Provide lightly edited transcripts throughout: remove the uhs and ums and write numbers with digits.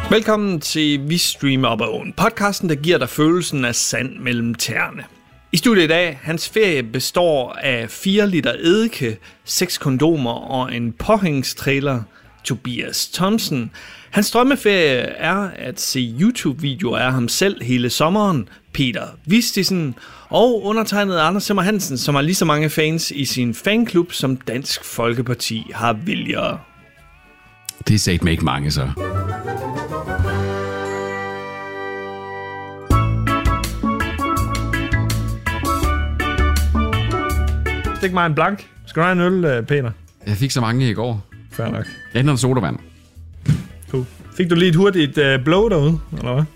Velkommen til Vi Streamer Op ad Åen, podcasten, der giver dig følelsen af sand mellem tæerne. I studiet i dag, hans ferie består af 4 liter eddike, 6 kondomer og en påhængstrailer. Tobias Thomsen. Hans drømmeferie er at se YouTube-videoer af ham selv hele sommeren. Peter Vistisen og undertegnet Anders Simmer Hansen, som har lige så mange fans i sin fanklub, som Dansk Folkeparti har vælgere. Det er satme ikke mange, så. Stik mig en blank. Skal du have en øl, Peter? Jeg fik så mange i går. Fair nok. Jeg henter en sodavand. Cool. Fik du lige et hurtigt blow derude, eller hvad?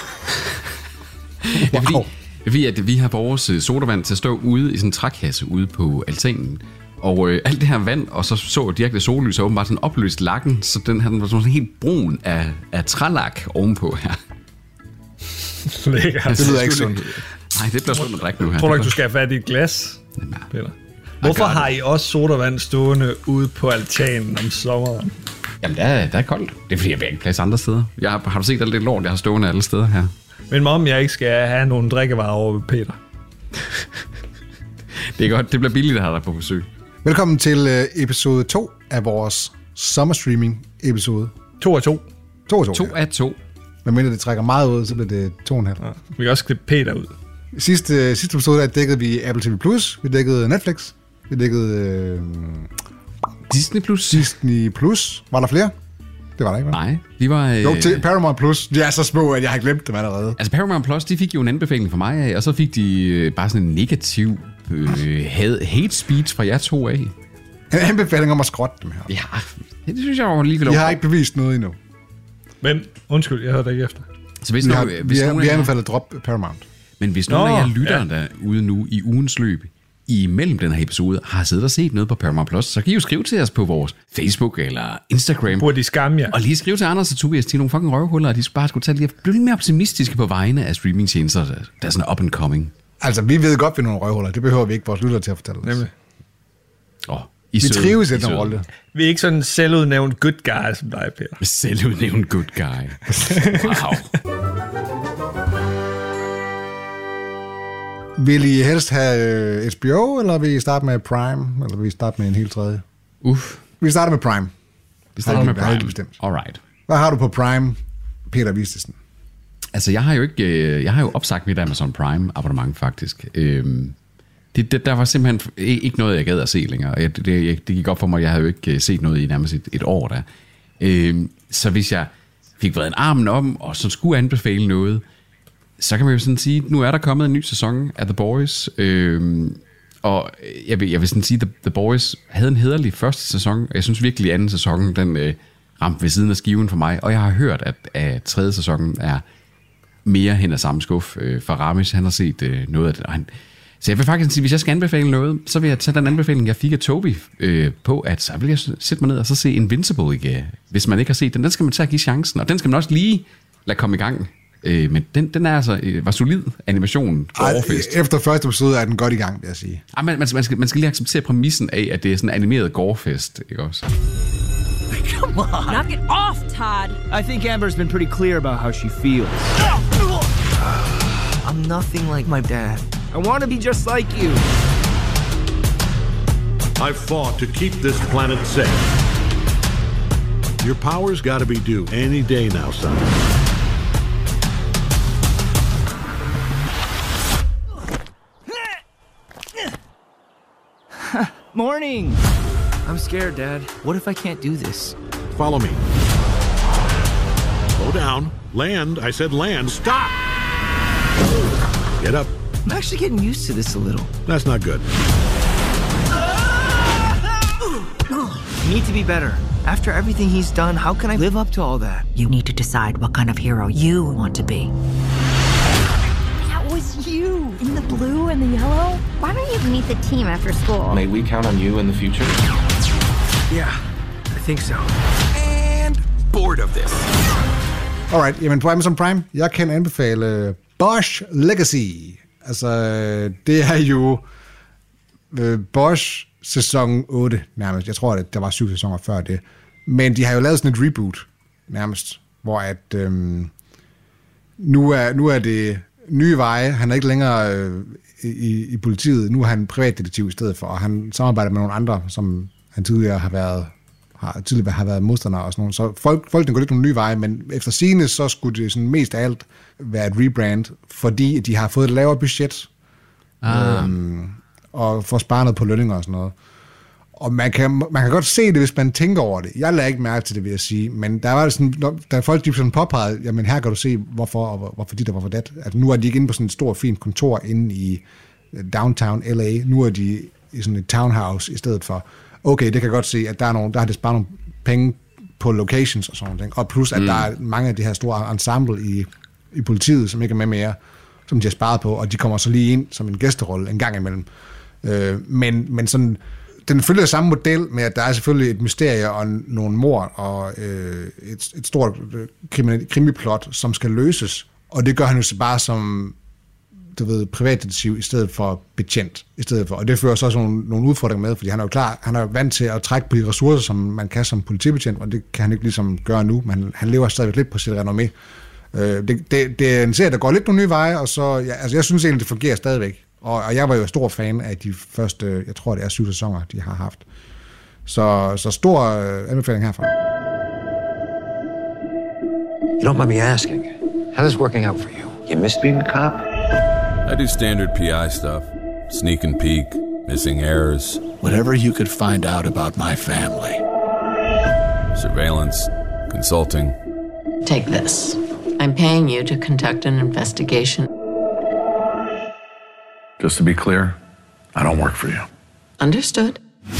Det er fordi, at vi har vores sodavand til at stå ude i sådan en trækasse ude på altanen. Og alt det her vand, og så direkte sollys, og åbenbart sådan opløst lakken, så den var sådan helt brun af trælak ovenpå her. Lækkert. Det lyder ikke sundt. Nej, det bliver sundt at drikke nu her. Tror du ikke, du skal have fat i et glas, Peter? Hvorfor har I også sodavand stående ude på altanen om sommeren? Jamen, der er koldt. Det er fordi, jeg vil ikke plads andre steder. Har du set alt det lort, jeg har stående alle steder her? Men om jeg ikke skal have nogle drikkevarer over ved Peter. Det er godt. Det bliver billigt at have dig på besøg. Velkommen til episode 2 af vores sommerstreaming episode. 2 af 2. 2 af 2. 2 af 2. Men mindre det trækker meget ud, så bliver det 2,5. Ja. Vi kan også klippe Peter ud. Sidste episode der dækkede vi Apple TV+, vi dækkede Netflix, vi dækkede Disney+. Var der flere? Det var der ikke, hva'? Nej, vi var... Jo, til Paramount Plus. De er så små, at jeg har glemt dem allerede. Altså Paramount Plus, de fik jo en anbefaling fra mig af, og så fik de bare sådan en negativ hate speech fra jer to af. En anbefaling om at skrotte dem her. Ja, det synes jeg var lige ved. Jeg har ikke bevist noget endnu. Men, undskyld, jeg hørte ikke efter. Så hvis vi har anbefalet at droppe Paramount. Men hvis nogen af jer lytter derude nu i ugens løb, imellem den her episode, har siddet og set noget på Paramount Plus, så kan I jo skrive til os på vores Facebook eller Instagram. Burde de skamme jer? Og lige skrive til Anders og Tobias til nogle fucking røvhuller, og de bare skulle tage lidt mere optimistiske på vegne af streamingtjenester, der er sådan up and coming. Altså, vi ved godt, vi er nogle røvhuller. Det behøver vi ikke vores lyttere til at fortælle os. Nemlig. Vi trives i den rolle. Vi er ikke sådan en selvudnævnt good guy som dig, Peter. Selvudnævnt good guy. Wow. Vil I helst have HBO, eller vil I starte med Prime, eller vil I starte med en helt tredje? Vi starter med Prime. Alright. Hvad har du på Prime, Peter Vistisen? Altså, jeg har jo opsagt mit Amazon Prime abonnement, faktisk. Der var simpelthen ikke noget, jeg gad at se længere. Det gik op for mig, jeg havde jo ikke set noget i nærmest et år der. Så hvis jeg fik vredet en armen om, og så skulle anbefale noget, så kan man jo sådan sige, at nu er der kommet en ny sæson af The Boys. Og jeg vil sådan sige, at The Boys havde en hæderlig første sæson, og jeg synes virkelig, at anden sæson, den ramte ved siden af skiven for mig. Og jeg har hørt, at tredje sæsonen er mere hen ad samme skuff. For Ramesh, han har set noget af det. Så jeg vil faktisk sige, hvis jeg skal anbefale noget, så vil jeg tage den anbefaling, jeg fik af Toby på, at så vil jeg sætte mig ned og så se Invincible ikke. Hvis man ikke har set den, den skal man tage og give chancen, og den skal man også lige lade komme i gang. Men den er altså, var solid animation. Efter første episode er den godt i gang, vil jeg sige. Man skal lige acceptere præmissen af, at det er sådan en animeret gårdfest, ikke også? Come on. Knock it off, Todd. I think Amber's been pretty clear about how she feels. I'm nothing like my dad. I want to be just like you. I've fought to keep this planet safe. Your power's got to be due any day now, son. Morning. I'm scared, Dad. What if I can't do this? Follow me. Slow down. Land. I said land. Stop! Get up. I'm actually getting used to this a little. That's not good. You need to be better. After everything he's done, how can I live up to all that? You need to decide what kind of hero you want to be. That was you in the blue and the yellow. Why don't you meet the team after school? May we count on you in the future? Yeah, I think so. And bored of this. Alright, jamen på Amazon Prime, jeg kan anbefale Bosch Legacy. Altså, det er jo Bosch sæson 8 nærmest. Jeg tror, at der var 7 sæsoner før det. Men de har jo lavet sådan et reboot nærmest. hvor at nu er det nye veje. Han er ikke længere i politiet. Nu er han privatdetektiv i stedet for, og han samarbejder med nogle andre, som han tidligere har været modstander og sådan noget. Så folkene går lidt nogle nye veje, men efter sigende, så skulle det sådan mest af alt være et rebrand, fordi de har fået et lavere budget, og får sparet noget på lønninger og sådan noget. Og man kan godt se det, hvis man tænker over det. Jeg lader ikke mærke til det, vil jeg sige, men der var det sådan, da folk sådan påpegede, jamen her kan du se, hvorfor dit og hvorfor dat. Altså, nu er de ikke inde på sådan et stort, fint kontor inde i downtown LA. Nu er de i sådan et townhouse i stedet for. Okay, det kan jeg godt se, at der har det sparet nogle penge på locations og sådan noget. Og plus, at der er mange af de her store ensemble i politiet, som ikke er med mere, som de har sparet på, og de kommer så lige ind som en gæsterolle en gang imellem. Men sådan, den følger samme model med, at der er selvfølgelig et mysterie og nogle mord og et stort krimiplot, som skal løses. Og det gør han jo så bare som, du ved, privatdetektiv i stedet for betjent. Og det fører så også nogle udfordringer med, fordi han er jo klar, han er vant til at trække på de ressourcer, som man kan som politibetjent, og det kan han ikke ligesom gøre nu, men han lever stadigvæk lidt på sit renommé. Det er en serie, der går lidt nogle nye veje, og så, jeg synes egentlig, det fungerer stadigvæk. Og jeg var jo stor fan af de første, jeg tror det er 7 sæsoner, de har haft. Så stor anbefaling herfra. You don't mind me asking, how is working out for you? You miss being a cop? I do standard PI stuff. Sneak and peek, missing errors. Whatever you could find out about my family. Surveillance, consulting. Take this. I'm paying you to conduct an investigation. Just to be clear, I don't work for you. Understood.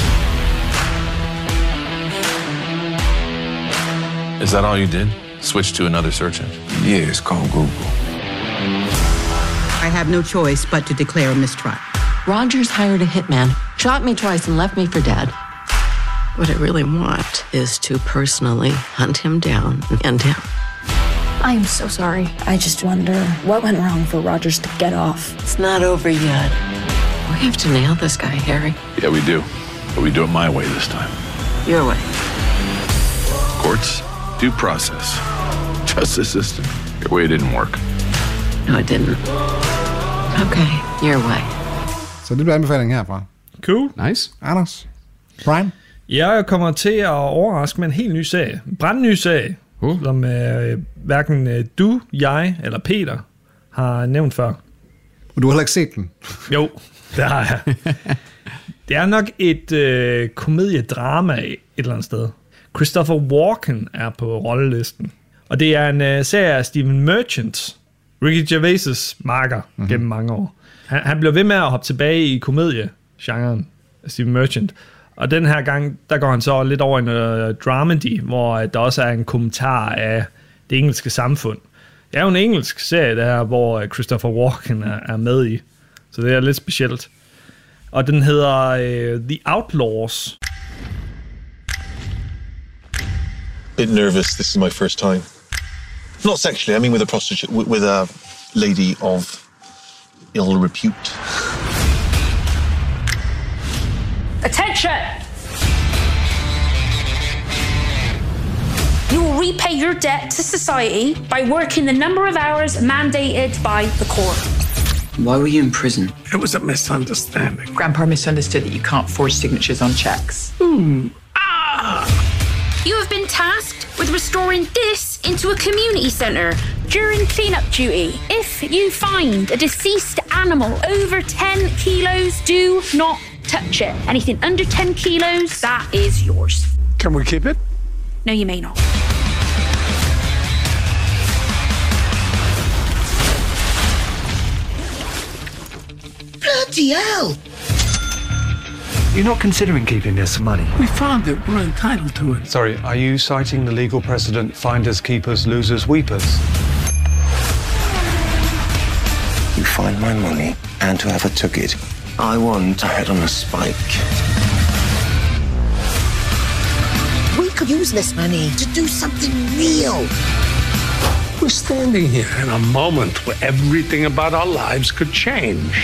Is that all you did? Switch to another search engine? Yeah, it's called Google. I have no choice but to declare a mistrial. Rogers hired a hitman, shot me twice and left me for dead. What I really want is to personally hunt him down and end him. I am so sorry. I just wonder what went wrong for Rogers to get off. It's not over yet. We have to nail this guy, Harry. Yeah, we do. But we do it my way this time. Your way. Courts, due process, justice system. Your way didn't work. No, it didn't. Okay, your way. Så det bliver anbefalingen herfra. Cool. Nice. Anders. Prime. Jeg kommer til at overraske med en helt ny serie. En brandny serie. Som hverken du, jeg eller Peter har nævnt før. Og du har heller ikke set den? Jo, det har jeg. Det er nok et komediedrama et eller andet sted. Christopher Walken er på rollelisten. Og det er en serie af Stephen Merchant, Ricky Gervais' marker gennem mange år. Han blev ved med at hoppe tilbage i komediegenren af Stephen Merchant. Og den her gang, der går han så lidt over i noget dramedy, hvor der også er en kommentar af det engelske samfund. Det er jo en engelsk serie, det her, hvor Christopher Walken er med i. Så det er lidt specielt. Og den hedder The Outlaws. Bit nervous. This is my first time. Not sexually, I mean with a prostitute, with a lady of ill repute. Attention! You will repay your debt to society by working the number of hours mandated by the court. Why were you in prison? It was a misunderstanding. Grandpa misunderstood that you can't forge signatures on checks. You have been tasked with restoring this into a community center during cleanup duty. If you find a deceased animal over 10 kilos, do not touch it. Anything under 10 kilos, that is yours. Can we keep it? No, you may not. Bloody hell! You're not considering keeping this money? We found it. We're entitled to it. Sorry, are you citing the legal precedent, finders, keepers, losers, weepers? You find my money, and whoever took it, I want to head on a spike. We could use this money to do something real. We're standing here in a moment where everything about our lives could change.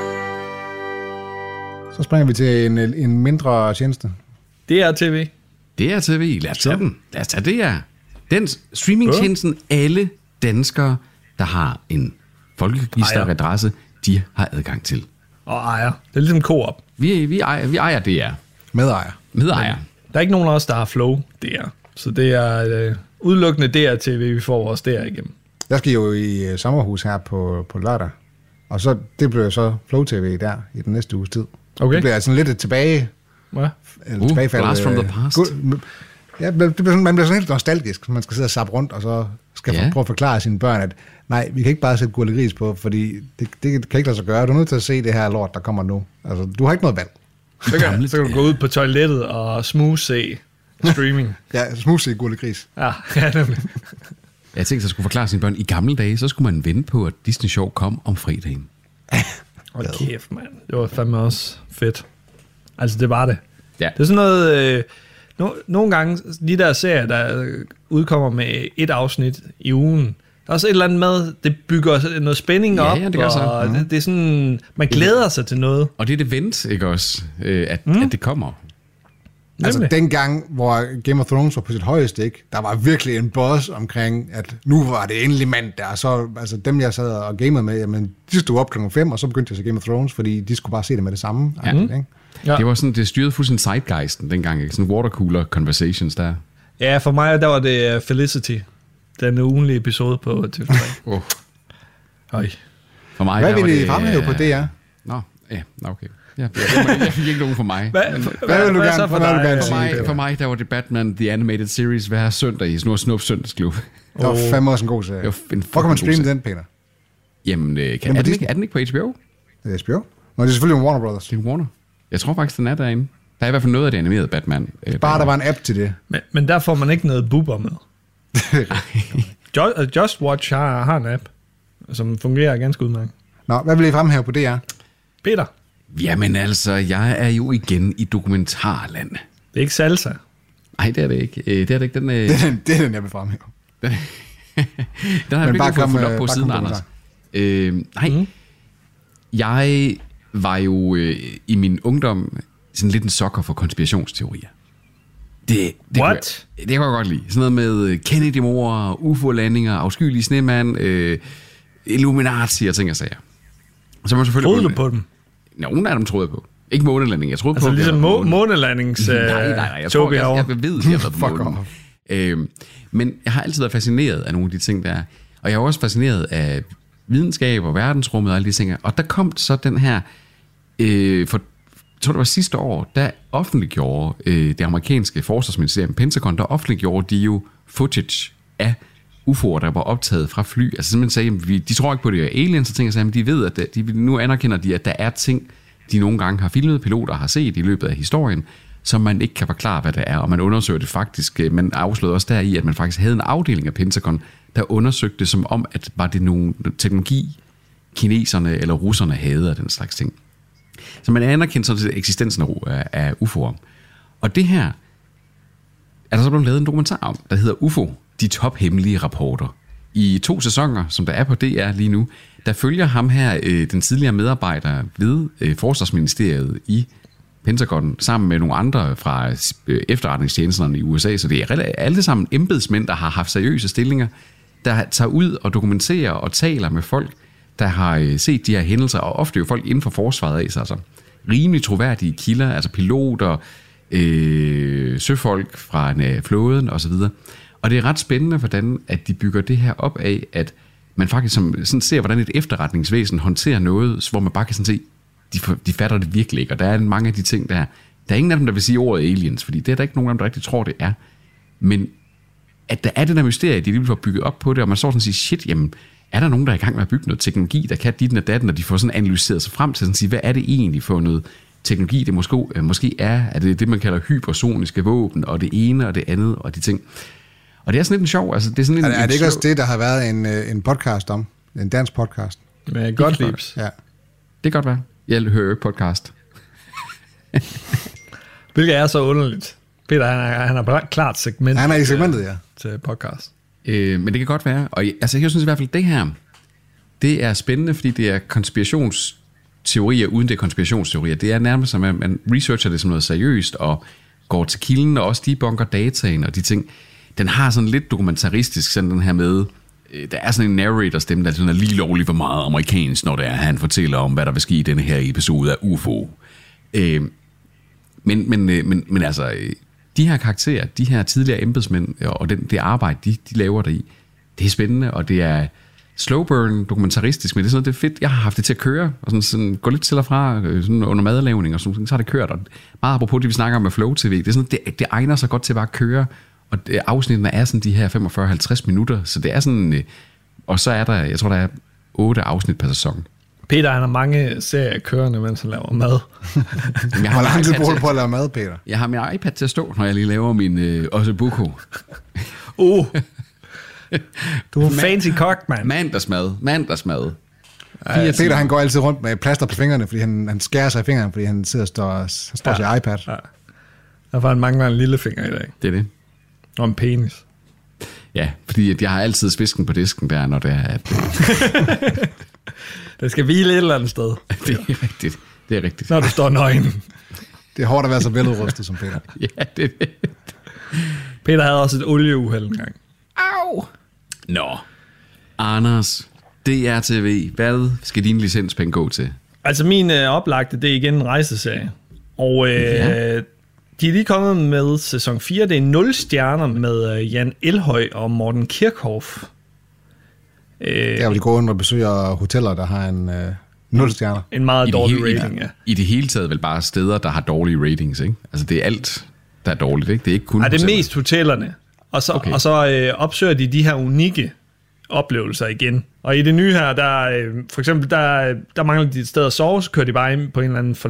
Så springer vi til en mindre tjeneste. DRTV. DR-TV, lad os tage den. Lad os tage det her. Den streamingtjenesten, alle danskere, der har en folkeregisteradresse, de har adgang til. Og ejer. Det er ligesom Coop. Vi ejer DR. Medejer. Medejer. Der er ikke nogen af os, der har Flow DR. Så det er udelukkende DR-TV, vi får vores DR igennem. Jeg skal jo i sommerhus her på lørdag. Og så, det bliver så Flow TV der i den næste uges tid. Okay. Det bliver sådan lidt tilbage... Hvad? Tilbagefald. Blast from the past. Ja, man bliver sådan helt nostalgisk, man skal sidde og zappe rundt, og så skal prøve at forklare sine børn, at nej, vi kan ikke bare sætte Gurli Gris på, fordi det kan ikke lade sig gøre. Du er nødt til at se det her lort, der kommer nu. Altså, du har ikke noget valg. Så kan du gå ud på toilettet og smooth-se streaming. Ja, smooth-se Gurli Gris. Ja, nemlig. Jeg tænkte, at jeg skulle forklare sine børn, i gamle dage, så skulle man vente på, at Disney Sjov kom om fredagen. Hold kæft, mand. Det var fandme også fedt. Altså, det var det. Ja. Det er sådan noget... nogle gange, de der serier, der udkommer med et afsnit i ugen, der er også et eller andet med, det bygger noget spænding op, det gør så. Og det er sådan, man glæder sig til noget. Og det er det vent, ikke også, at det kommer. Altså dengang, hvor Game of Thrones var på sit højeste, ikke, der var virkelig en buzz omkring, at nu var det endelig mand der, så altså dem, jeg sad og gamede med, jamen, de stod op klokken 5, og så begyndte jeg at se Game of Thrones, fordi de skulle bare se det med det samme. Ikke? Ja. Det var sådan, det styrede fuldstændig zeitgeisten dengang, ikke? Sådan watercooler conversations der. Ja, for mig, der var det Felicity, den ugenlige episode på TV3. For mig, hvad der vil I fremhæve på DR? Nå, okay. Jeg fik ikke nogen for mig. Hvad vil du gerne for mig, der var det Batman The Animated Series hver søndag i Snor Snup Søndagsklub. Det var fandme også en god serie. Hvor kan man streame den, Peter? Jamen, er den ikke på HBO? Det er HBO. Nå, det er selvfølgelig Warner Brothers. Det er Warner. Jeg tror faktisk, den er derinde. Der er i hvert fald noget af det animerede Batman. Bare der var en app til det. Men der får man ikke noget buber med. Just Watch har en app, som fungerer ganske udmærket. Nå, hvad vil I fremhæve på DR? Peter? Jamen altså, jeg er jo igen i dokumentarland. Det er ikke salsa. Nej, det er det ikke. Det er det ikke. Det er den, jeg vil fremhæve. Den har jeg virkelig fået fuldt op på siden, Anders. Jeg var jo i min ungdom sådan lidt en sokker for konspirationsteorier. Det kunne jeg godt lide. Sådan noget med Kennedy-mord, UFO-landinger, afskyelige snemand, Illuminati og ting og sager. Så man selvfølgelig troede du på dem? Nogle af dem troede jeg på. Ikke månelanding, jeg troede altså på... Altså ligesom månelandings... Nej, jeg tror, jeg ved, jeg har været på månen. Men jeg har altid været fascineret af nogle af de ting, der er. Og jeg er også fascineret af videnskab og verdensrummet og alle de ting. Og der kom så den her... jeg tror, det var sidste år, der offentliggjorde det amerikanske forsvarsministerium Pentagon, der offentliggjorde de jo footage af UFO'er, der var optaget fra fly. Altså simpelthen sagde, de tror ikke på det er aliens og ting, men de ved, at nu anerkender de, at der er ting, de nogle gange har filmet, piloter har set i løbet af historien, som man ikke kan forklare, hvad det er. Og man undersøger det faktisk, man afslørede også deri, at man faktisk havde en afdeling af Pentagon, der undersøgte det som om, at var det nogen teknologi, kineserne eller russerne havde af den slags ting. Så man anerkendte sådan eksistensen af UFO'er. Og det her er der så blevet lavet en dokumentar om, der hedder UFO, de tophemmelige rapporter. I 2 sæsoner, som der er på DR lige nu, der følger ham her, den tidligere medarbejder ved Forsvarsministeriet i Pentagon, sammen med nogle andre fra efterretningstjenesterne i USA. Så det er alle sammen embedsmænd, der har haft seriøse stillinger, der tager ud og dokumenterer og taler med folk, der har set de her hændelser, og ofte jo folk inden for forsvaret af sig. Altså rimelig troværdige kilder, altså piloter, søfolk fra flåden osv. Og det er ret spændende, hvordan at de bygger det her op af, at man faktisk sådan ser, hvordan et efterretningsvæsen håndterer noget, hvor man bare kan sådan se, de fatter det virkelig ikke. Og der er mange af de ting, der er ingen af dem, der vil sige ordet aliens, fordi det er der ikke nogen af dem, der rigtig tror, det er. Men at der er det der mysterie, de lige får bygget op på det, og man står sådan og siger, shit, jamen, er der nogen, der er i gang med at bygge noget teknologi, der kan dit og datten, og de får sådan analyseret sig frem til at sige, hvad er det egentlig for noget teknologi, det måske er det, man kalder hypersoniske våben, og det ene og det andet, og de ting. Og det er sådan lidt sjov. Altså, det er sådan er det ikke også det, der har været en podcast om? En dansk podcast? Med Gottliebs? Ja. Det kan godt være. Jeg hører podcast. Hvilket er så underligt. Peter, han har klart segment. Han er i segmentet, ja. Til podcast. Men det kan godt være. Og altså, jeg synes i hvert fald, det her, det er spændende, fordi det er konspirationsteorier, uden det er konspirationsteorier. Det er nærmest som, at man researcher det som noget seriøst, og går til kilden og også debunker dataen og de ting. Den har sådan lidt dokumentaristisk, sådan den her med, der er sådan en narrator-stemme, der sådan er lige lovlig for meget amerikansk, når det er, han fortæller om, hvad der vil ske i denne her episode af UFO. Men altså, de her karakterer, de her tidligere embedsmænd og det arbejde, de laver der i, det er spændende, og det er slow burn dokumentaristisk, men det er sådan, det er fedt. Jeg har haft det til at køre, og sådan gå lidt til og fra sådan under madlavning, og sådan, så har det kørt. Og meget apropos det, vi snakker om med Flow TV, det er sådan, det egner sig godt til bare at køre, og afsnittene er sådan de her 45-50 minutter, så det er sådan, og så er der, jeg tror, der er 8 afsnit per sæson. Peter, han har mange serier kørende, mens han laver mad. Hvor lang tid bruger du på at lave mad, Peter? Jeg har min iPad til at stå, når jeg lige laver min Ossobuco. Du er fancy kok, mand. Mandagsmad. Peter, han går altid rundt med plaster på fingrene, fordi han skærer sig i fingrene, fordi han sidder og står til iPad. Ja. Derfor han mangler en lille finger i dag. Det er det. Og en penis. Ja, fordi jeg har altid svisken på disken der, når det er... Det skal hvile et eller andet sted. Det er rigtigt. Når du står nøgen. Det er hårdt at være så veludrustet som Peter. Ja, det er det. Peter havde også et olieuheld engang. Au! Nå. Anders, DR-TV, hvad skal din licenspenge gå til? Altså min oplagte, det er igen en rejseserie. Og de er lige kommet med sæson 4. Det er 0 stjerner med Jan Elhøj og Morten Kirchhoff. Der hvor de går rundt og besøger hoteller, der har en 0 stjerner. En meget dårlig rating, ja. I det hele taget vel bare steder, der har dårlige ratings, ikke? Altså det er alt, der er dårligt, ikke? Det er ikke kun det er mest hotellerne. Og så opsøger de her unikke oplevelser igen. Og i det nye her, der for eksempel, der mangler de et sted at sove, så kører de bare ind på en eller anden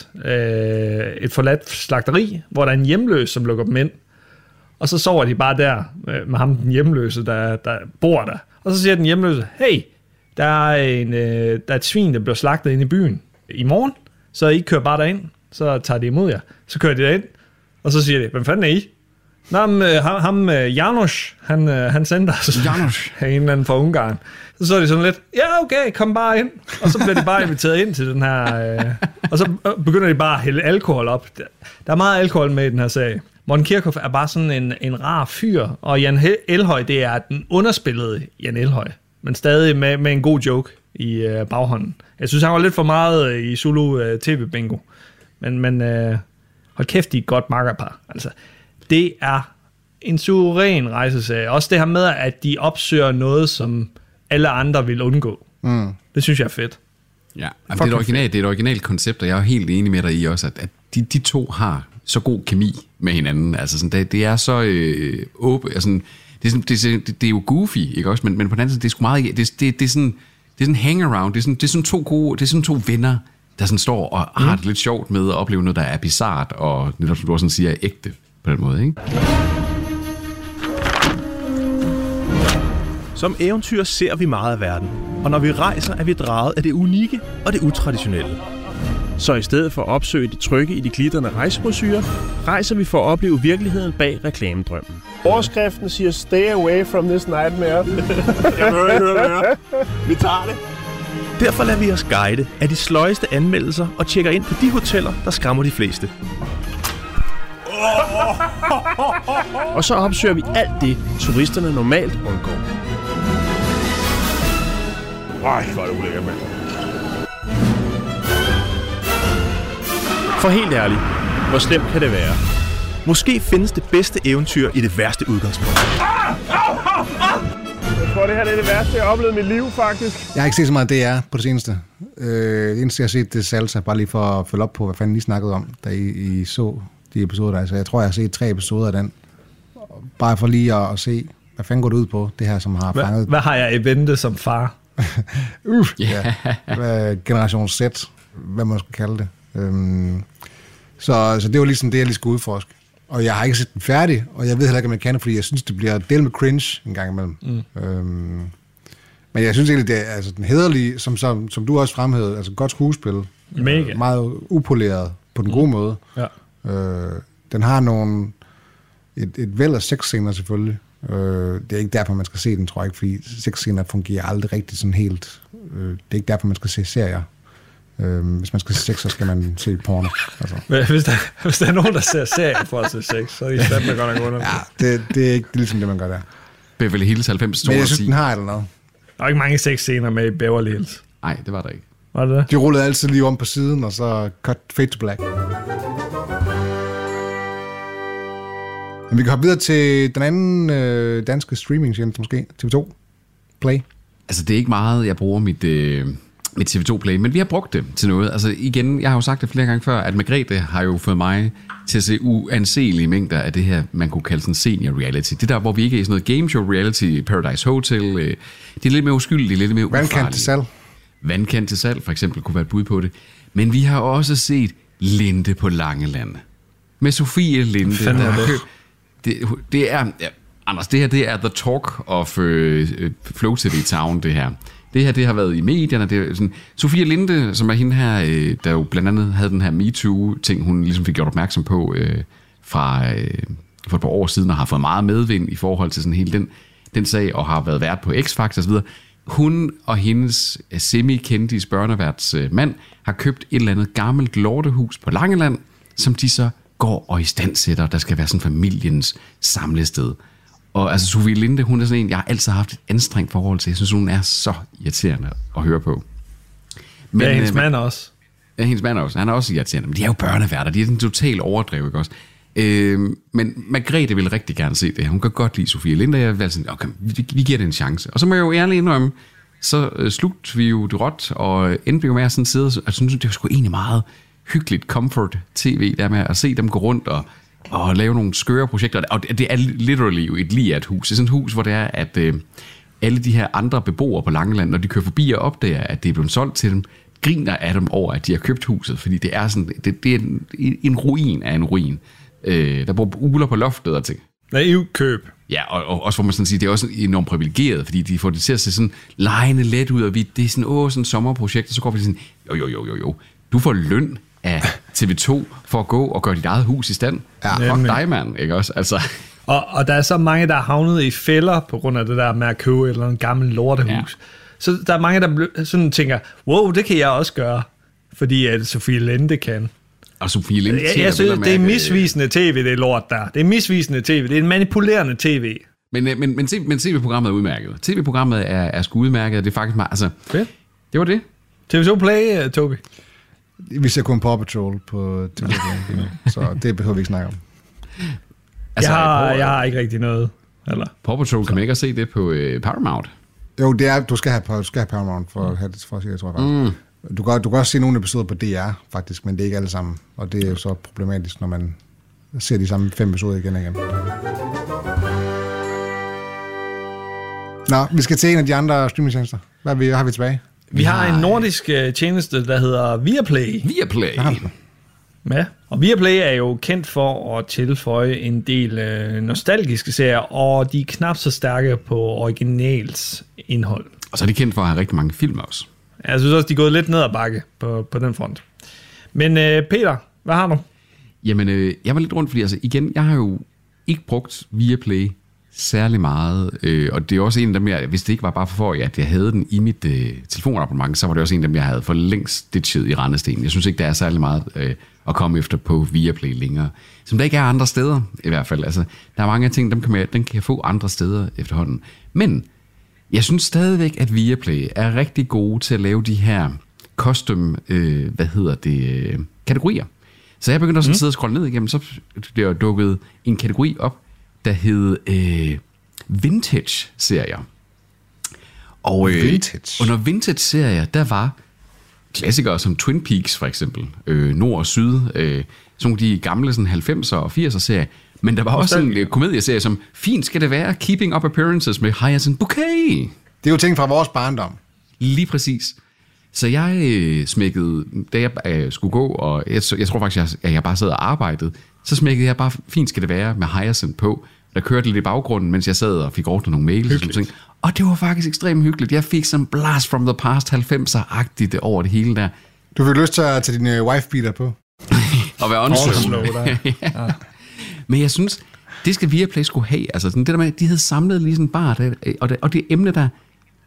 et forladt slagteri, hvor der er en hjemløs, som lukker dem ind. Og så sover de bare der med ham, den hjemløse, der bor der. Og så siger den hjemløse, hey, der er et svin, der bliver slagtet inde i byen i morgen, så I kører bare derind, så tager de imod jer. Så kører de derind, og så siger de, hvem fanden er I? Nå, ham Janusz, han sendte os. Janusz. En eller anden fra Ungarn. Så er de sådan lidt, ja okay, kom bare ind. Og så bliver de bare inviteret ind til den her, og så begynder de bare at hælde alkohol op. Der er meget alkohol med i den her sag. Morten Kirchhoff er bare sådan en rar fyr, og Jan Elhøj, det er den underspillede Jan Elhøj, men stadig med en god joke i baghånden. Jeg synes, han var lidt for meget i Zulu TV-bingo, men hold kæft, de er et godt makkerpar. Altså, det er en suveræn rejseserie. Også det her med, at de opsøger noget, som alle andre vil undgå. Det synes jeg er fedt. Ja, det er et originalt koncept, og jeg er helt enig med dig i også, at de to har så god kemi med hinanden. Altså sådan, det er så åbent. Altså, det er jo goofy, ikke også? Men på den anden side, det er sgu meget. Det er sådan hangaround. Det er sådan to venner, der sådan står og har det lidt sjovt med at opleve noget, der er bizart og netop som du også siger, ægte på den måde, ikke? Som eventyr ser vi meget af verden, og når vi rejser, er vi draget af det unikke og det utraditionelle. Så i stedet for at opsøge det trygge i de glitterne rejsebrochurer, rejser vi for at opleve virkeligheden bag reklamedrømmen. Overskriften siger, stay away from this nightmare. Jeg behøver ikke høre mere. Vi tager det. Derfor lader vi os guide af de sløjeste anmeldelser og tjekker ind på de hoteller, der skræmmer de fleste. Og så opsøger vi alt det, turisterne normalt undgår. Ej, hvor er det ulækkert, mand. For helt ærligt, hvor slemt kan det være? Måske findes det bedste eventyr i det værste udgangspunkt. Jeg tror, det her er det værste, jeg har oplevet i mit liv, faktisk. Jeg har ikke set så meget DR på det seneste. Det eneste, jeg har set, det er Salsa, bare lige for at følge op på, hvad fanden I snakkede om, da I så de episoder der. Så jeg tror, jeg har set 3 episoder af den. Bare for lige at se, hvad fanden går det ud på, det her, som har fanget... Hvad har jeg i vente som far? Ja. Generation Z, hvad man skal kalde det. Så det var ligesom det, jeg lige skulle udforske. Og jeg har ikke set den færdig, og jeg ved heller ikke, om jeg kan, fordi jeg synes, det bliver del med cringe en gang imellem. Men jeg synes egentlig, det er altså, den hæderlige, som du også fremhævede, altså godt skuespil. Mega. Meget upoleret på den gode måde. Ja. Den har et væld af sexscener selvfølgelig. Det er ikke derfor, man skal se den, tror jeg ikke, fordi sexscener fungerer aldrig rigtig sådan helt. Det er ikke derfor, man skal se serier. Hvis man skal se sex, så skal man se porno. Altså. Hvis der er nogen, der ser serier for at se sex, så er de fandme godt nok under. Ja, det er ikke ligesom det, man gør der. Beverly Hills 90. Men jeg synes, den har eller noget. Der var ikke mange sexscener med i Beverly Hills. Nej, det var der ikke. Var det det? De rullede altid lige om på siden, og så cut fade to black. Men vi kan hoppe videre til den anden danske streaming-tjeneste måske, TV2 Play. Altså, det er ikke meget, jeg bruger mit TV2 Play, men vi har brugt det til noget. Altså igen, jeg har jo sagt det flere gange før, at Margrethe har jo fået mig til at se uanselige mængder af det her, man kunne kalde sådan senior reality. Det der, hvor vi ikke er i sådan noget gameshow reality, Paradise Hotel. Det er lidt mere uskyldigt, det er lidt mere ufarligt. Vandkant til salg. Vandkant til salg, for eksempel, kunne være et bud på det. Men vi har også set Linde på Langeland. Med Sofie Linde. Det er... Ja, Anders, det her, det er the talk of Flow TV Town, det her. Det her, det har været i medierne. Det er sådan, Sofie Linde, som er hende her, der jo blandt andet havde den her MeToo-ting, hun ligesom fik gjort opmærksom på for et par år siden, og har fået meget medvind i forhold til sådan hele den sag, og har været vært på X-Factor osv. Hun og hendes semi-kendis børneværts mand har købt et eller andet gammelt lortehus på Langeland, som de så går og istandsætter. Der skal være sådan familiens samlested. Og altså Sofie Linde, hun er sådan en, jeg har altid haft et anstrengt forhold til. Jeg synes, hun er så irriterende at høre på. Men, det er hendes mand også. Ja, hendes mand også. Han er også irriterende. Men de er jo børneværter. De er en total overdrev, ikke også? Men Margrethe vil rigtig gerne se det. Hun kan godt lide Sofie Linde. Jeg vil sådan, okay, vi giver det en chance. Og så må jeg jo ærligt indrømme, så slugte vi jo det råt, og endte jo med at sådan sidde, og synes, det var sgu egentlig meget hyggeligt comfort-tv, der med at se dem gå rundt og lave nogle skøre projekter. Og det er literally jo et liat hus. Det er sådan et hus, hvor det er, at alle de her andre beboere på Langeland, når de kører forbi og opdager, at det er blevet solgt til dem, griner af dem over, at de har købt huset, fordi det er sådan, det er en ruin af en ruin. Der bor uler på loftet og ting. Naiv køb. Ja, og også hvor man sådan siger, det er også enormt privilegeret, fordi de får det til at se sådan lejende let ud, og det er sådan, sådan sommerprojekt, og så går vi sådan, jo, du får løn af TV2 for at gå og gøre dit eget hus i stand. Ja, fuck dig, mand, ikke også? Altså. Og der er så mange, der er havnet i fælder på grund af det der med at købe et eller andet gammelt lortehus. Ja. Så der er mange, der sådan tænker, wow, det kan jeg også gøre, fordi at Sofie Linde kan. Og Sofie Linde jeg synes, det er misvisende tv, det er lort der. Det er misvisende tv, det er en manipulerende tv. Men tv-programmet er udmærket. TV-programmet er sgu udmærket, det er faktisk meget, altså. Fedt. Det var det. TV2 Play, Toby. Vi ser kun Paw Patrol på TV2 Play, så det behøver vi ikke snakke om. Altså, jeg har ikke rigtig noget. Eller? Paw Patrol, kan man ikke også se det på Paramount? Jo, det er, du skal have Paramount for at have det, for at se det, tror jeg faktisk. Du kan også se nogle episoder på DR, faktisk, men det er ikke alle sammen. Og det er jo så problematisk, når man ser de samme 5 episoder igen og igen. Nå, vi skal til en af de andre streamingtjenester. Hvad har vi tilbage? Vi har en nordisk tjeneste, der hedder Viaplay. Viaplay. Ja, og Viaplay er jo kendt for at tilføje en del nostalgiske serier, og de er knap så stærke på originals indhold. Og så er de kendt for at have rigtig mange film også. Jeg synes også, de er gået lidt ned ad bakke på den front. Men Peter, hvad har du? Jamen, jeg var lidt rundt, fordi altså igen, jeg har jo ikke brugt Viaplay særlig meget, og det er også en af dem, hvis det ikke var bare for, at jeg havde den i mit telefonabonnement, så var det også en af dem, jeg havde for længst ditchet i rendestenen. Jeg synes ikke, der er særlig meget at komme efter på Viaplay længere. Som der ikke er andre steder, i hvert fald. Altså, der er mange ting, dem kan jeg få andre steder efterhånden. Men jeg synes stadigvæk, at Viaplay er rigtig gode til at lave de her custom, kategorier. Så jeg begyndte også at sidde og scrolle ned igennem, så bliver der dukket en kategori op, der hed vintage-serier. Og under vintage-serier, der var klassikere som Twin Peaks for eksempel, Nord og Syd, sådan de gamle sådan 90'er og 80'er-serier. Men der var også en komedieserie som Fint skal det være, Keeping Up Appearances med Hyacinth Bouquet. Det er jo ting fra vores barndom. Lige præcis. Så jeg smækkede, da jeg skulle gå, og jeg tror faktisk, at jeg bare sad og arbejdede, så smækkede jeg bare Fint skal det være med Hyacinth på. Der kørte lidt i baggrunden, mens jeg sad og fik ordnet nogle mails. Og sådan ting. Og det var faktisk ekstremt hyggeligt. Jeg fik sådan blast from the past 90'er-agtigt over det hele der. Du fik lyst til at tage din wife-beater på? Og være åndssøvn. Ja. Men jeg synes, det skal Viaplay skulle have. Altså sådan det der med, de havde samlet lige sådan bare, og det emne der,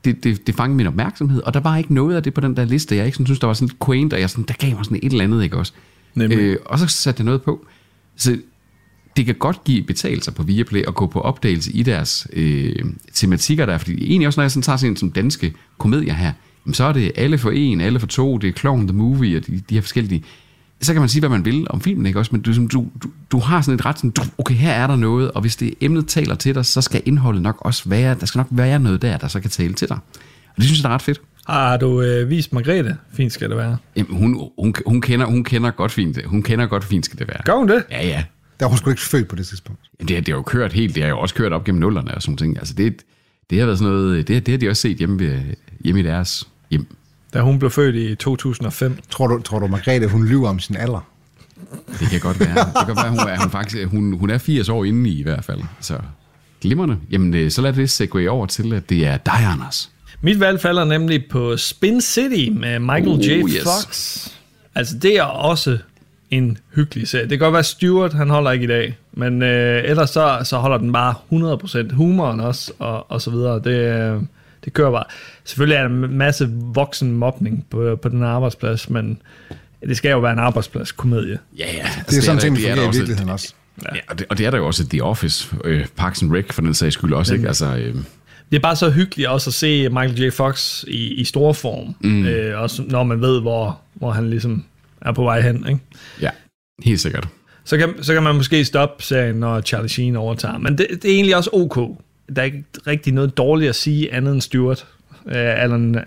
det fangede min opmærksomhed, og der var ikke noget af det på den der liste, jeg ikke synes, der var sådan quaint, og der gav mig sådan et eller andet, ikke også? Og så satte jeg noget på. Så det kan godt give betalelser på Viaplay og gå på opdagelse i deres tematikker der, fordi egentlig også, når jeg sådan tager sådan en som danske komedier her, så er det alle for en, alle for to, det er Klovn the Movie, og de her forskellige. Så kan man sige, hvad man vil om filmen, ikke også? Men du har sådan et ret sådan, okay, her er der noget, og hvis det emnet taler til dig, så skal indholdet nok også være, der skal nok være noget der så kan tale til dig. Og det synes jeg er ret fedt. Har du vist Margrethe? Fint skal det være. Jamen, hun kender godt fint. Hun kender godt fint skal det være. Gør hun det? Ja. Der var hun sgu ikke født på det tidspunkt. Jamen, det har jo kørt helt. Det har jo også kørt op gennem nullerne og sådan ting. Altså, det har været sådan noget, det har de også set hjemme i deres hjem. Da hun blev født i 2005. Tror du Margrethe, hun lyver om sin alder? Det kan godt være. Det kan godt være, hun er 80 år inde i hvert fald. Så glimrende. Jamen, så lad det segue over til, at det er dig, Anders. Mit valg falder nemlig på Spin City med Michael J. Fox. Altså, det er også en hyggelig serie. Det kan godt være Stewart, han holder ikke i dag, men ellers så holder den bare 100%. Humoren også, og så videre. Det kører bare. Selvfølgelig er der en masse voksen mobning på den arbejdsplads, men det skal jo være en arbejdspladskomedie. Ja. Det er sådan ting, vi fungerer i virkeligheden også. Ja, og det er der jo også The Office, Parks and Rec for den sags skyld også, ikke? Altså, det er bare så hyggeligt også at se Michael J. Fox i stor form, også når man ved, hvor han ligesom er på vej hen, ikke? Ja, helt sikkert. Så kan man måske stoppe serien, når Charlie Sheen overtager, men det er egentlig også ok. Der er ikke rigtig noget dårligt at sige andet end Stewart. Alan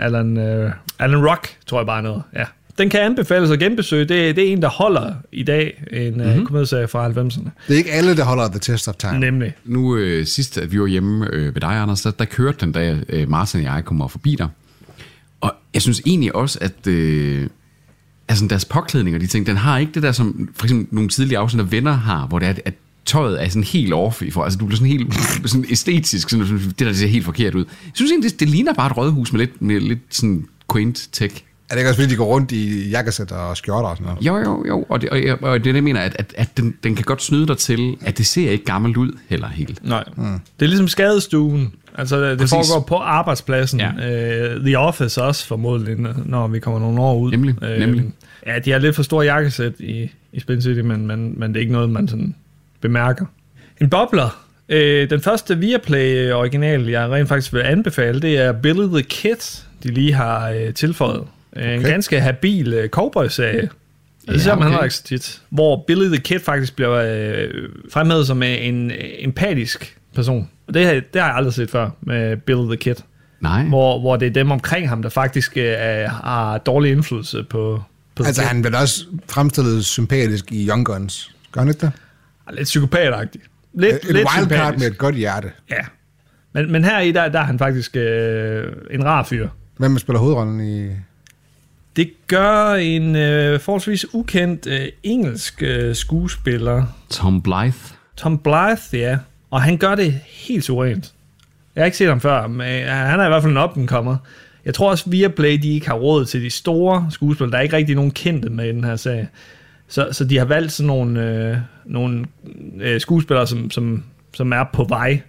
Rock, tror jeg bare noget. Ja. Den kan anbefales og genbesøge. Det er en, der holder i dag, en komedieserie fra 90'erne. Det er ikke alle, der holder The Test of Time. Nemlig. Nu sidst, at vi var hjemme ved dig, Anders, der kørte den, da Martin og jeg kommer forbi dig. Og jeg synes egentlig også, at altså deres påklædning og de ting, den har ikke det der, som for eksempel nogle tidligere afsnit af Venner har, hvor det er, at tøjet er sådan helt off i for. Altså du bliver sådan helt sådan æstetisk, sådan, det der ser helt forkert ud. Jeg synes egentlig, det ligner bare et rådhus med lidt sådan quaint tech. Er det ikke også fordi, de går rundt i jakkesæt og skjorter og sådan noget? Jo. Og det er det, jeg mener, at den kan godt snyde dig til, at det ser ikke gammelt ud heller helt. Nej. Det er ligesom skadestuen. Altså, det foregår på arbejdspladsen. Ja. The Office også, formodentlig, når vi kommer nogle år ud. Nemlig. Ja, de har lidt for stor jakkesæt i Spin City, men det er ikke noget, man sådan bemærker. En bobler. Den første Viaplay-original, jeg rent faktisk vil anbefale, det er Billy the Kid, de lige har tilføjet. En ganske habil cowboy-serie. Det ser man heller ikke så tit. Hvor Billy the Kid faktisk bliver fremhævet som en empatisk person. Og det har jeg aldrig set før med Billy the Kid. Nej. Hvor det er dem omkring ham, der faktisk har dårlig indflydelse på altså han bliver også fremstillet sympatisk i Young Guns. Gør han ikke det? Lidt psykopatagtigt. Lidt wildcard med et godt hjerte. Ja. Men her i der er han faktisk en rar fyr. Hvem spiller hovedrollen i? Det gør en forholdsvis ukendt engelsk skuespiller. Tom Blythe. Tom Blythe, ja. Og han gør det helt suverænt. Jeg har ikke set ham før, men han er i hvert fald en up-and-comer. Jeg tror også, Viaplay, de ikke har råd til de store skuespillere. Der er ikke rigtig nogen kendte med i den her sag. Så de har valgt sådan nogle skuespillere, som er på vej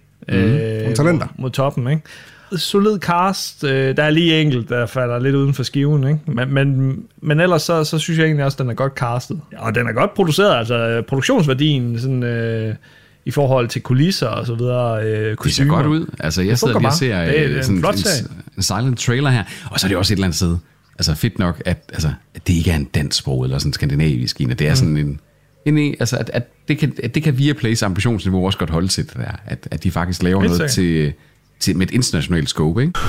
mod toppen, ikke? Solid cast. Der er lige enkelt, der falder lidt uden for skiven, ikke? Men ellers så synes jeg egentlig også, at den er godt castet. Og den er godt produceret, altså produktionsværdien sådan, i forhold til kulisser og så videre. Det ser godt ud. Altså jeg sidder lige og ser sådan en silent trailer her, og så er det også et eller andet sted. Altså fedt nok, at det ikke er en dansk sprog eller sådan en skandinavisk en, at det er sådan altså at det kan Viaplays ambitionsniveau også godt holde til det der, at de faktisk laver noget til med et internationalt scope, ikke?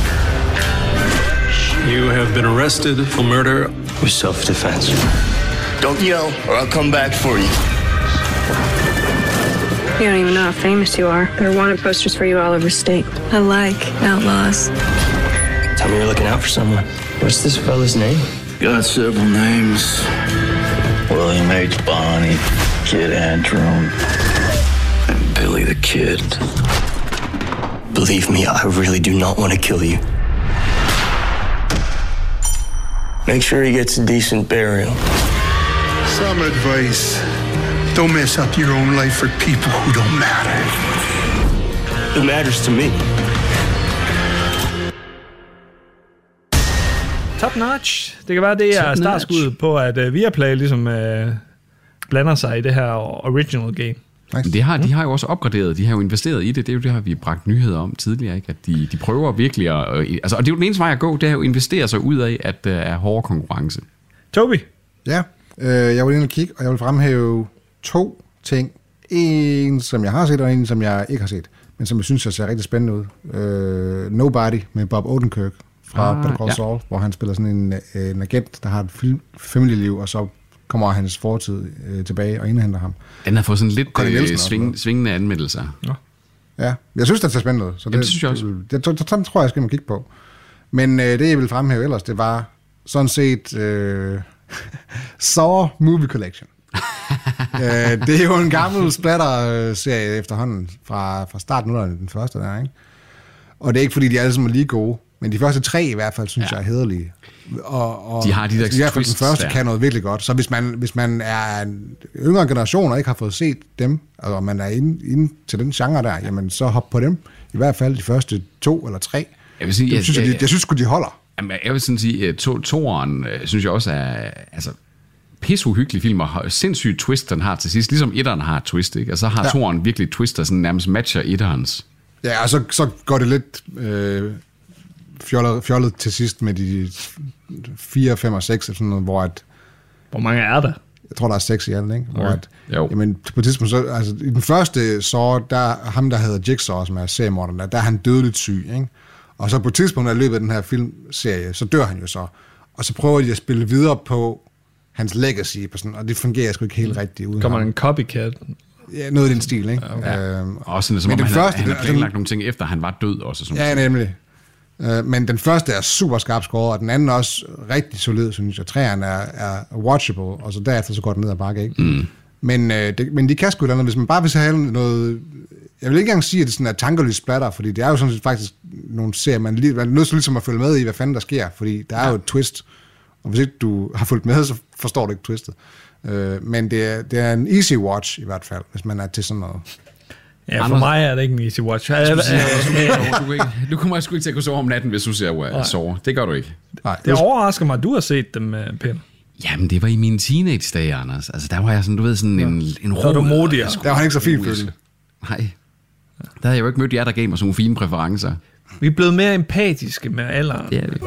You have been arrested for murder with self-defense. Don't yell, or I'll come back for you. You don't even know how famous you are. There are wanted posters for you all over state. I like outlaws. Tell me you're looking out for someone. What's this fella's name? Got several names. William H. Bonney, Kid Antrim, and Billy the Kid. Believe me, I really do not want to kill you. Make sure he gets a decent burial. Some advice. Don't mess up your own life for people who don't matter. It matters to me. Top notch. Det kan være, det er startskuddet på, at Viaplay ligesom blander sig i det her original game. Nice. De har jo også opgraderet, de har jo investeret i det. Det er jo det, har vi bragt nyheder om tidligere, ikke? At de prøver virkelig at... Altså, og det er jo den eneste vej at gå, det er jo at investere sig ud af, at der er hårde konkurrence. Toby? Ja, jeg vil ind og kigge, og jeg vil fremhæve 2 ting. En, som jeg har set, og en, som jeg ikke har set, men som jeg synes, ser rigtig spændende ud. Nobody med Bob Odenkirk fra Better Call Saul, hvor han spiller sådan en agent, der har et familieliv, og så kommer hans fortid tilbage og indhenter ham. Den har fået sådan lidt svingende anmeldelser. Ja, jeg synes, det ser spændende ud. Så det synes jeg også. Det tror jeg skal man kigge på. Men det, jeg vil fremhæve ellers, det var sådan set Saw Movie Collection. Det er jo en gammel splatter-serie efterhånden fra starten af den første der, ikke? Og det er ikke, fordi de alle sammen er lige gode, men de første 3 i hvert fald, synes jeg er hæderlige. Og de har de der i hvert fald den første kan noget virkelig godt. Så hvis man er en yngre generation og ikke har fået set dem, og man er inde til den genre der, jamen så hop på dem. I hvert fald de første 2 eller 3. Jeg vil sige, jeg synes sgu, de holder. Jamen, jeg vil sådan sige, toeren synes jeg også er... Altså, pisseuhyggelig film, og sindssygt twist, den har til sidst. Ligesom etteren har et twist, ikke? Og så har toeren virkelig et twist, der sådan nærmest matcher etterens. Ja, og så går det lidt fjollet til sidst med de 4, 5 og 6, sådan noget, hvor mange er der? Jeg tror, der er 6 i alt, ikke? Okay. Jamen, på et tidspunkt, så, altså, i den første så, der ham, der hedder Jigsaw, som er seriemorderen, der er han dødeligt syg, ikke? Og så på et tidspunkt i løbet af den her filmserie, så dør han jo så. Og så prøver de at spille videre på hans legacy, på sådan, og det fungerer sgu ikke helt rigtigt uden. Kommer en copycat? Ja, noget i den stil, ikke? Ja. Også sådan, som om han har planlagt nogle ting, efter han var død også. Sådan ja, nemlig. Men den første er super skarpt skåret, og den anden er også rigtig solid, synes jeg. 3'eren er watchable, og så derefter så går den ned ad bakke, ikke? Mm. Men de kan sgu et andet, hvis man bare vil have noget... Jeg vil ikke engang sige, at det sådan er tankeløst splatter, fordi det er jo sådan set faktisk nogle serier, man er nødt til ligesom at følge med i, hvad fanden der sker, fordi der er jo et twist, og hvis ikke du har fulgt med, så forstår du ikke twistet. Men det er en easy watch i hvert fald, hvis man er til sådan noget. Ja, for mig er det ikke en easy watch. Du kommer sgu ikke til at kunne sove om natten, hvis du ser Saw. Det gør du ikke. Nej, det overrasker mig, at du har set dem, Pen. Jamen, det var i mine teenage-dage, Anders. Altså, der var jeg sådan, du ved, sådan en ro. Der var du modig. Der var han ikke så fint følende. Nej. Der havde jeg jo ikke mødt jer, der gav mig sådan nogle fine præferencer. Vi er blevet mere empatiske med alderen. Det er vi.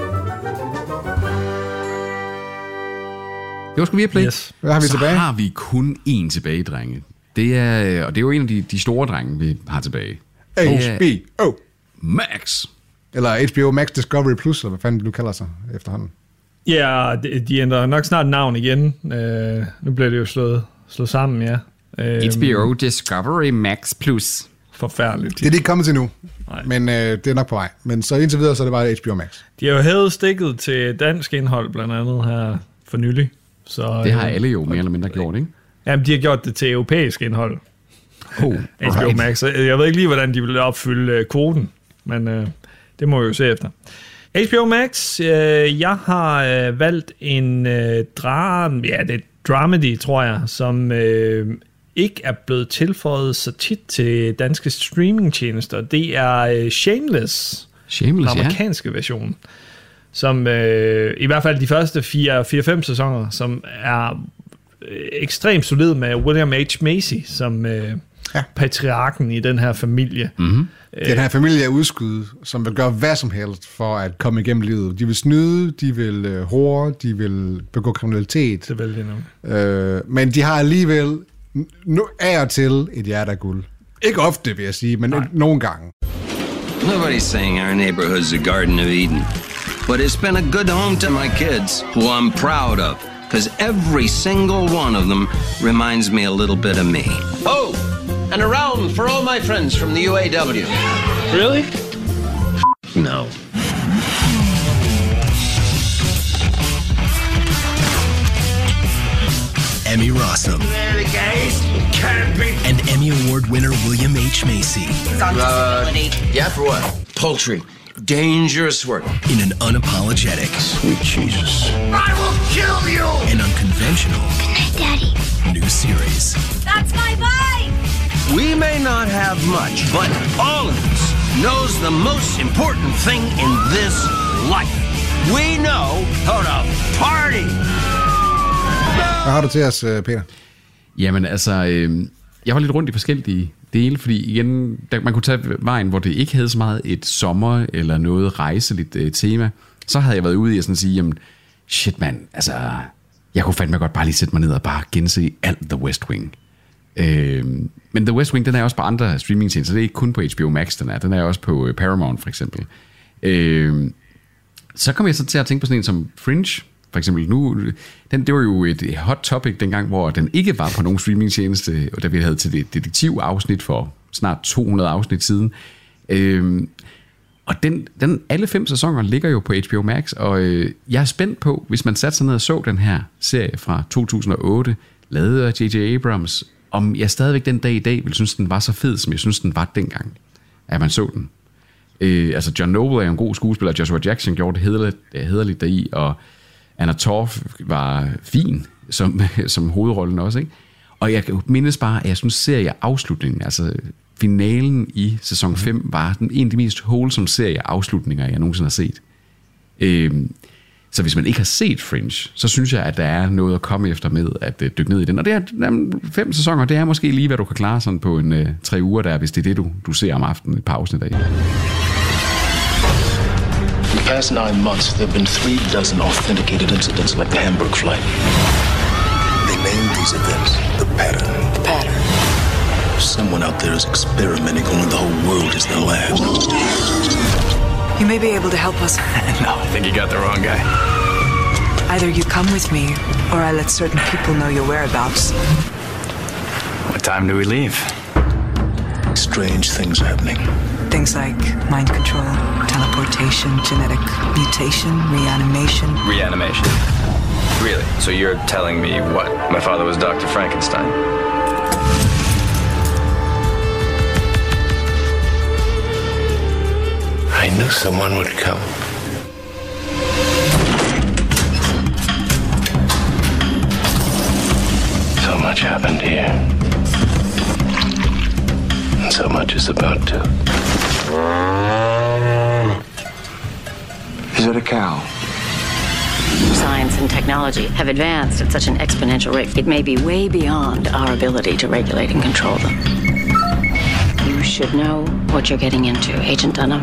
Det var sgu Viaplay. Yes. Hvad har vi tilbage? Så har vi kun én tilbage, drenge. Det er jo en af de store drenge, vi har tilbage. HBO Max. Eller HBO Max Discovery Plus, eller hvad fanden du kalder sig efterhånden. Ja, de ændrer nok snart navn igen. Nu bliver det jo slået sammen, ja. HBO Discovery Max Plus. Forfærdeligt. Det er de ikke kommet til nu, men det er nok på vej. Men så indtil videre, så er det bare HBO Max. De har jo hævet stikket til dansk indhold, blandt andet her for nylig. Så, det har alle jo mere eller mindre gjort, ikke? Jamen, de har gjort det til europæisk indhold. HBO Max. Jeg ved ikke lige, hvordan de vil opfylde kvoten, men det må vi jo se efter. HBO Max, jeg har valgt en dramedy, tror jeg, som ikke er blevet tilføjet så tit til danske streamingtjenester. Det er Shameless, den amerikanske version, som i hvert fald de første 4-5 sæsoner, som er ekstremt solid med William H. Macy som patriarken i den her familie. Mm-hmm. Den her familie er udskydet, som vil gøre hvad som helst for at komme igennem livet. De vil snyde, de vil hore, de vil begå kriminalitet. Det vil de nok. Men de har alligevel af og til et hjerte af guld. Ikke ofte, vil jeg sige, men nogle gange. Nobody's saying our neighborhood's a Garden of Eden, but it's been a good home to my kids, who I'm proud of, because every single one of them reminds me a little bit of me. Oh, and a round for all my friends from the UAW. Really? No. Emmy Rossum. And Emmy Award winner William H. Macy. Yeah, for what? Poultry. Dangerous work. In an unapologetic, sweet Jesus, I will kill you! And unconventional, good night, Daddy, new series. That's my bike! We may not have much, but all of us knows the most important thing in this life. We know how to party! Hvad har du til os, Peter? Jamen altså, jeg var lidt rundt i forskellige dele, fordi igen, man kunne tage vejen, hvor det ikke havde så meget et sommer eller noget rejseligt tema. Så havde jeg været ude i at sådan sige, jamen, shit mand, altså, jeg kunne fandme godt bare lige sætte mig ned og bare gense alt The West Wing. Men The West Wing, den er også på andre streamingtjenester, så det er ikke kun på HBO Max, den er også på Paramount for eksempel. Så kom jeg så til at tænke på sådan en som Fringe, for eksempel nu. Det var jo et hot topic dengang, hvor den ikke var på nogen streamingtjeneste, og da vi havde til det detektivafsnit for snart 200 afsnit siden. Og alle 5 sæsoner ligger jo på HBO Max, og jeg er spændt på, hvis man satte sig ned og så den her serie fra 2008, lavet af J.J. Abrams, om jeg stadigvæk den dag i dag ville synes, den var så fed, som jeg synes, den var dengang, at man så den. Altså John Noble er en god skuespiller, Joshua Jackson gjorde det hæderligt deri, og Anna Torv var fin som hovedrollen også, ikke? Og jeg mindes bare, at jeg synes serieafslutningen, altså finalen i sæson 5, var en af de mest wholesome serieafslutninger, jeg nogensinde har set. Så hvis man ikke har set Fringe, så synes jeg, at der er noget at komme efter med at dykke ned i den. Og det er 5 sæsoner, det er måske lige, hvad du kan klare sådan på en 3 uger der, hvis det er det, du ser om aftenen, et par afsnit af. In the past 9 months, there have been 36 authenticated incidents like the Hamburg flight. They named these events the pattern. The pattern. Someone out there is experimenting on the whole world is their lab. You may be able to help us. No, I think you got the wrong guy. Either you come with me, or I let certain people know your whereabouts. What time do we leave? Strange things are happening. Things like mind control, teleportation, genetic mutation, reanimation. Reanimation? Really? So you're telling me what? My father was Dr. Frankenstein? I knew someone would come. So much happened here. And so much is about to. Is it a cow? Science and technology have advanced at such an exponential rate, it may be way beyond our ability to regulate and control them. You should know what you're getting into, Agent Dunham.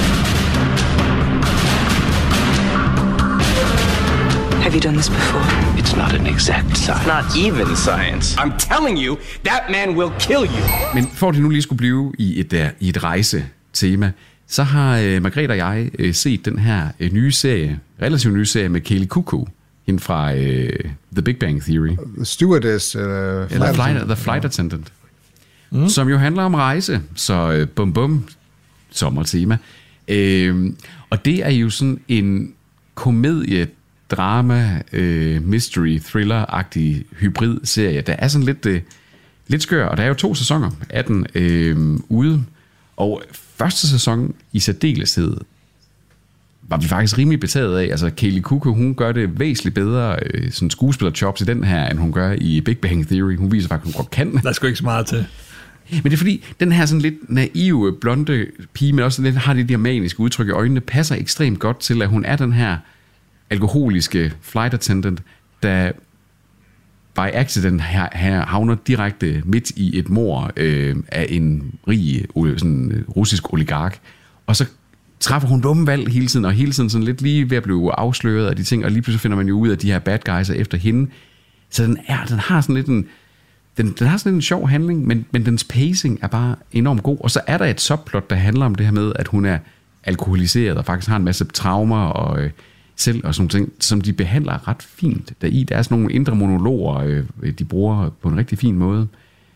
Have you done this before? It's not an exact science. Not even science. I'm telling you, that man will kill you. Men for at det nu lige skulle blive i et rejse-tema, så har Margrethe og jeg set den her relativt nye serie med Kaley Cuoco, hende fra The Big Bang Theory. Stewardess. The Flight Attendant. Som jo handler om rejse, så sommertema. Og det er jo sådan en komedie, drama, mystery, thriller-agtig hybrid-serie. Der er sådan lidt skør, og der er jo 2 sæsoner af den ude. Og første sæson i særdeleshed var vi faktisk rimelig betaget af. Altså Kaley Cuoco, hun gør det væsentligt bedre sådan skuespillerjobs i den her, end hun gør i Big Bang Theory. Hun viser faktisk, hun godt kan. Der er sgu ikke så meget til. Men det er fordi, den her sådan lidt naive, blonde pige, men også lidt har det der maniske udtryk i øjnene, passer ekstremt godt til, at hun er den her alkoholiske flight attendant, der by accident havner direkte midt i et mord af en rig sådan, russisk oligark. Og så træffer hun dumme valg hele tiden, og hele tiden sådan lidt lige ved at blive afsløret af de ting, og lige pludselig finder man jo ud af de her bad guys efter hende. Så den har sådan lidt den har sådan en sjov handling, men dens pacing er bare enormt god. Og så er der et subplot, der handler om det her med, at hun er alkoholiseret og faktisk har en masse traumer og selv og sådan nogle ting, som de behandler ret fint. Der er sådan nogle indre monologer, de bruger på en rigtig fin måde.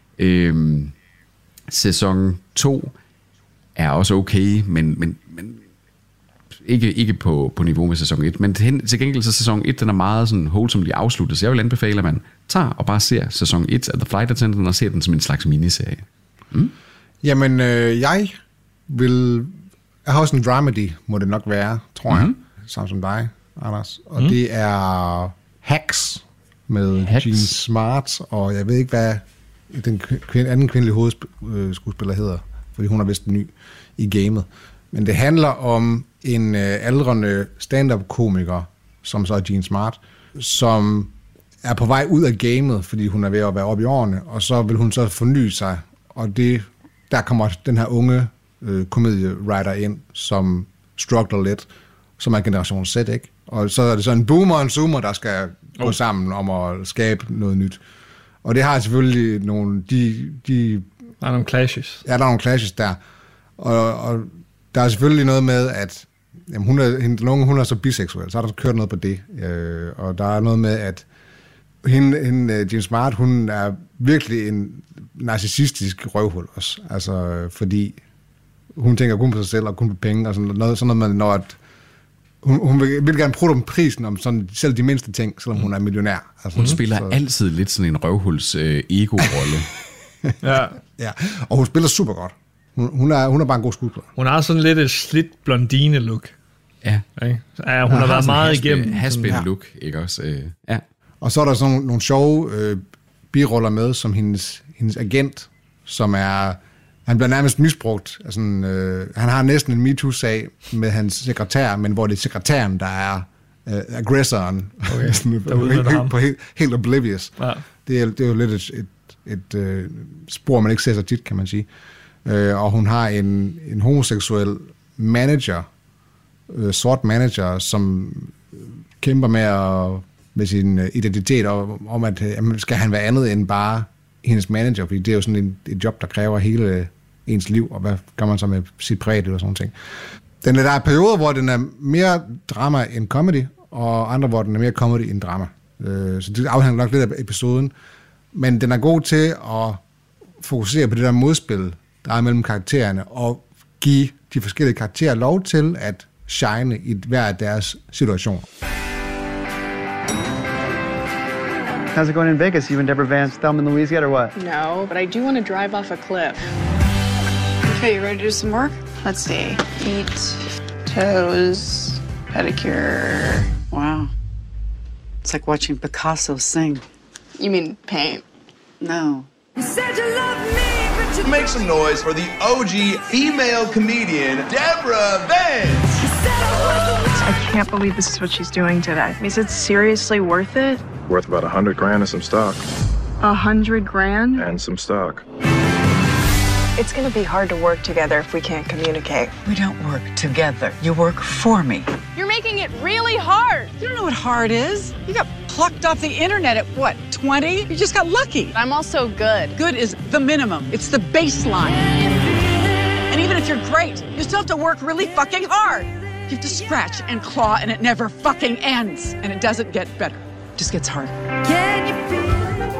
Sæson 2 er også okay, men ikke på niveau med sæson 1. Men til gengæld så sæson 1, den er meget sådan wholesomely afsluttet, så jeg vil anbefale, at man tager og bare ser sæson 1 af The Flight Attendant og ser den som en slags miniserie. Jamen, jeg har også en dramedy, må det nok være, tror jeg. Samme som dig, Anders. Og det er Hacks med Jean Smart, og jeg ved ikke, hvad den anden kvindelige hovedskuespiller hedder, fordi hun er vist ny i gamet. Men det handler om en aldrende stand-up-komiker, som så er Jean Smart, som er på vej ud af gamet, fordi hun er ved at være oppe i årene, og så vil hun så forny sig, og der kommer den her unge komediewriter ind, som struggler lidt, som er generation Z, ikke? Og så er det så en boomer og en zoomer, der skal gå sammen om at skabe noget nyt. Og det har selvfølgelig nogle... Der er nogle clashes. Ja, der er nogle clashes der. Og der er selvfølgelig noget med, at jamen, hun er så biseksuel, så er der kørt noget på det. Og der er noget med, at hende Jean Smart, hun er virkelig en narcissistisk røvhul også. Altså, fordi hun tænker kun på sig selv og kun på penge og sådan noget med, når at hun vil gerne prøve om prisen om sådan, selv de mindste ting, selvom hun er millionær. Altså, hun spiller altid lidt sådan en røvhuls ego-rolle. Ja, og hun spiller super godt. Hun er bare en god skuespiller. Hun har sådan lidt et slidt blondine-look. Ja. Ja, hun har været meget igennem. Has-been-look, ikke også? Ja. Og så er der sådan nogle sjove biroller med, som hendes agent, som er... Han bliver nærmest misbrugt. Altså, han har næsten en MeToo-sag med hans sekretær, men hvor det er sekretæren, der er aggressoren. Okay. helt oblivious. Ja. Det er jo lidt et spor, man ikke ser så tit, kan man sige. Og hun har en homoseksuel manager, sort manager, som kæmper med sin identitet, og om at skal han være andet end bare hendes manager, fordi det er jo sådan et job, der kræver hele ens liv, og hvad gør man så med sit private og sådan ting. Der er perioder, hvor den er mere drama end comedy, og andre, hvor den er mere comedy end drama. Så det afhænger nok lidt af episoden. Men den er god til at fokusere på det der modspil, der er mellem karaktererne, og give de forskellige karakterer lov til at shine i hver af deres situation. How's it going in Vegas? You and Deborah Vance, Thelma and Louise yet or what? No, but I do want to drive off a cliff. Okay, you ready to do some work? Let's see. Feet, toes, pedicure. Wow. It's like watching Picasso sing. You mean paint? No. You said you love me, but you... Make some noise for the OG female comedian, Deborah Vance. I can't believe this is what she's doing today. Is it seriously worth it? Worth about $100,000 and some stock. $100,000? And some stock. It's gonna be hard to work together if we can't communicate. We don't work together. You work for me. You're making it really hard. You don't know what hard is. You got plucked off the internet at what, 20? You just got lucky. I'm also good. Good is the minimum. It's the baseline. And even if you're great, you still have to work really fucking hard. You have to scratch and claw and it never fucking ends. And it doesn't get better. It just gets harder. Can you feel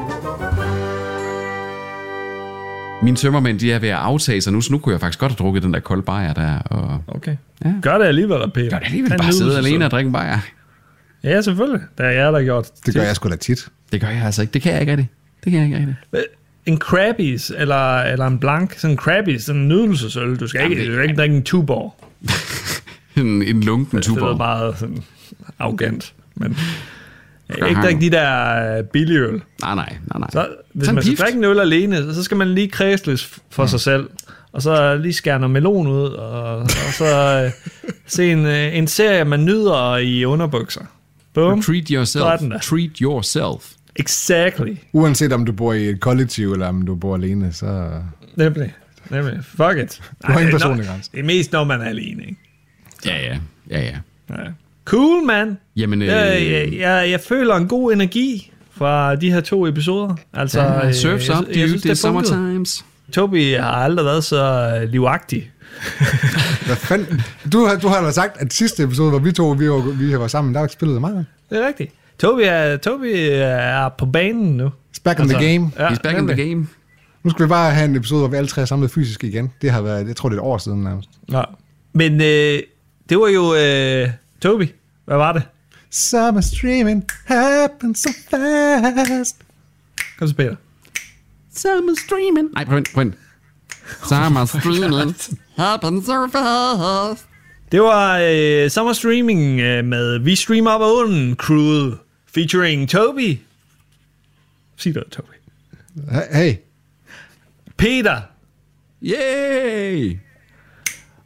Mine tømmermænd, de er ved at aftage sig nu, så nu kunne jeg faktisk godt have drukket den der kolde bajer der. Og... Okay. Ja. Gør det alligevel, Peter. Gør det alligevel. Bare sidde alene og drikke bajer. Ja, selvfølgelig. Det er jeg, der har gjort. Det gør jeg sgu da tit. Det gør jeg altså ikke. Det kan jeg ikke rigtig. En Krabbies, eller en blank, sådan en Krabbies, sådan en nydelsesøl. Du skal ikke drikke en Tuborg. en lunken Tuborg. Det er bare sådan arrogant, men... Ikke drikke de der billige øl. Nej. Så, hvis man skal drikke en øl alene, så skal man lige kredsløs for sig selv. Og så lige skære noget melon ud, og så se en serie, man nyder i underbukser. Boom. Treat yourself. Treat yourself. Exactly. Uanset om du bor i et kollektiv, eller om du bor alene, så... Nemlig. Fuck it. Du har ingen personlig grænse. Det er mest, når man er alene, ikke? Ja. Cool, man. Jamen, jeg føler en god energi fra de her 2 episoder. Altså, surfs up, dude. Det er summertimes. Toby har aldrig været så livagtig. Hvad fanden? Du har da sagt, at sidste episode, hvor vi var sammen, der var ikke spillet meget. Det er rigtigt. Toby er på banen nu. He's back in the game. Ja, He's back in the game. Nu skal vi bare have en episode, hvor vi alle 3 er samlet fysisk igen. Det har været, jeg tror, det er et år siden nærmest. Ja. Men det var jo... Toby, hvad var det? Summer streaming happens so fast. Kom så, Peter. Summer streaming. Nej, prøv. Summer streaming happens so fast. Det var Summer Streaming med Vi Streamer Op ad Åen crewet featuring Toby. Sig det, Toby. Hey. Peter. Yay!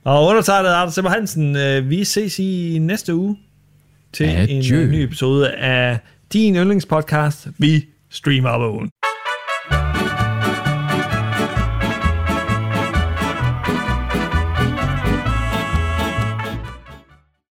Og undertegnet Anders Simmer Hansen, vi ses i næste uge til en ny episode af din yndlingspodcast, Vi Streamer Op ad Ugen.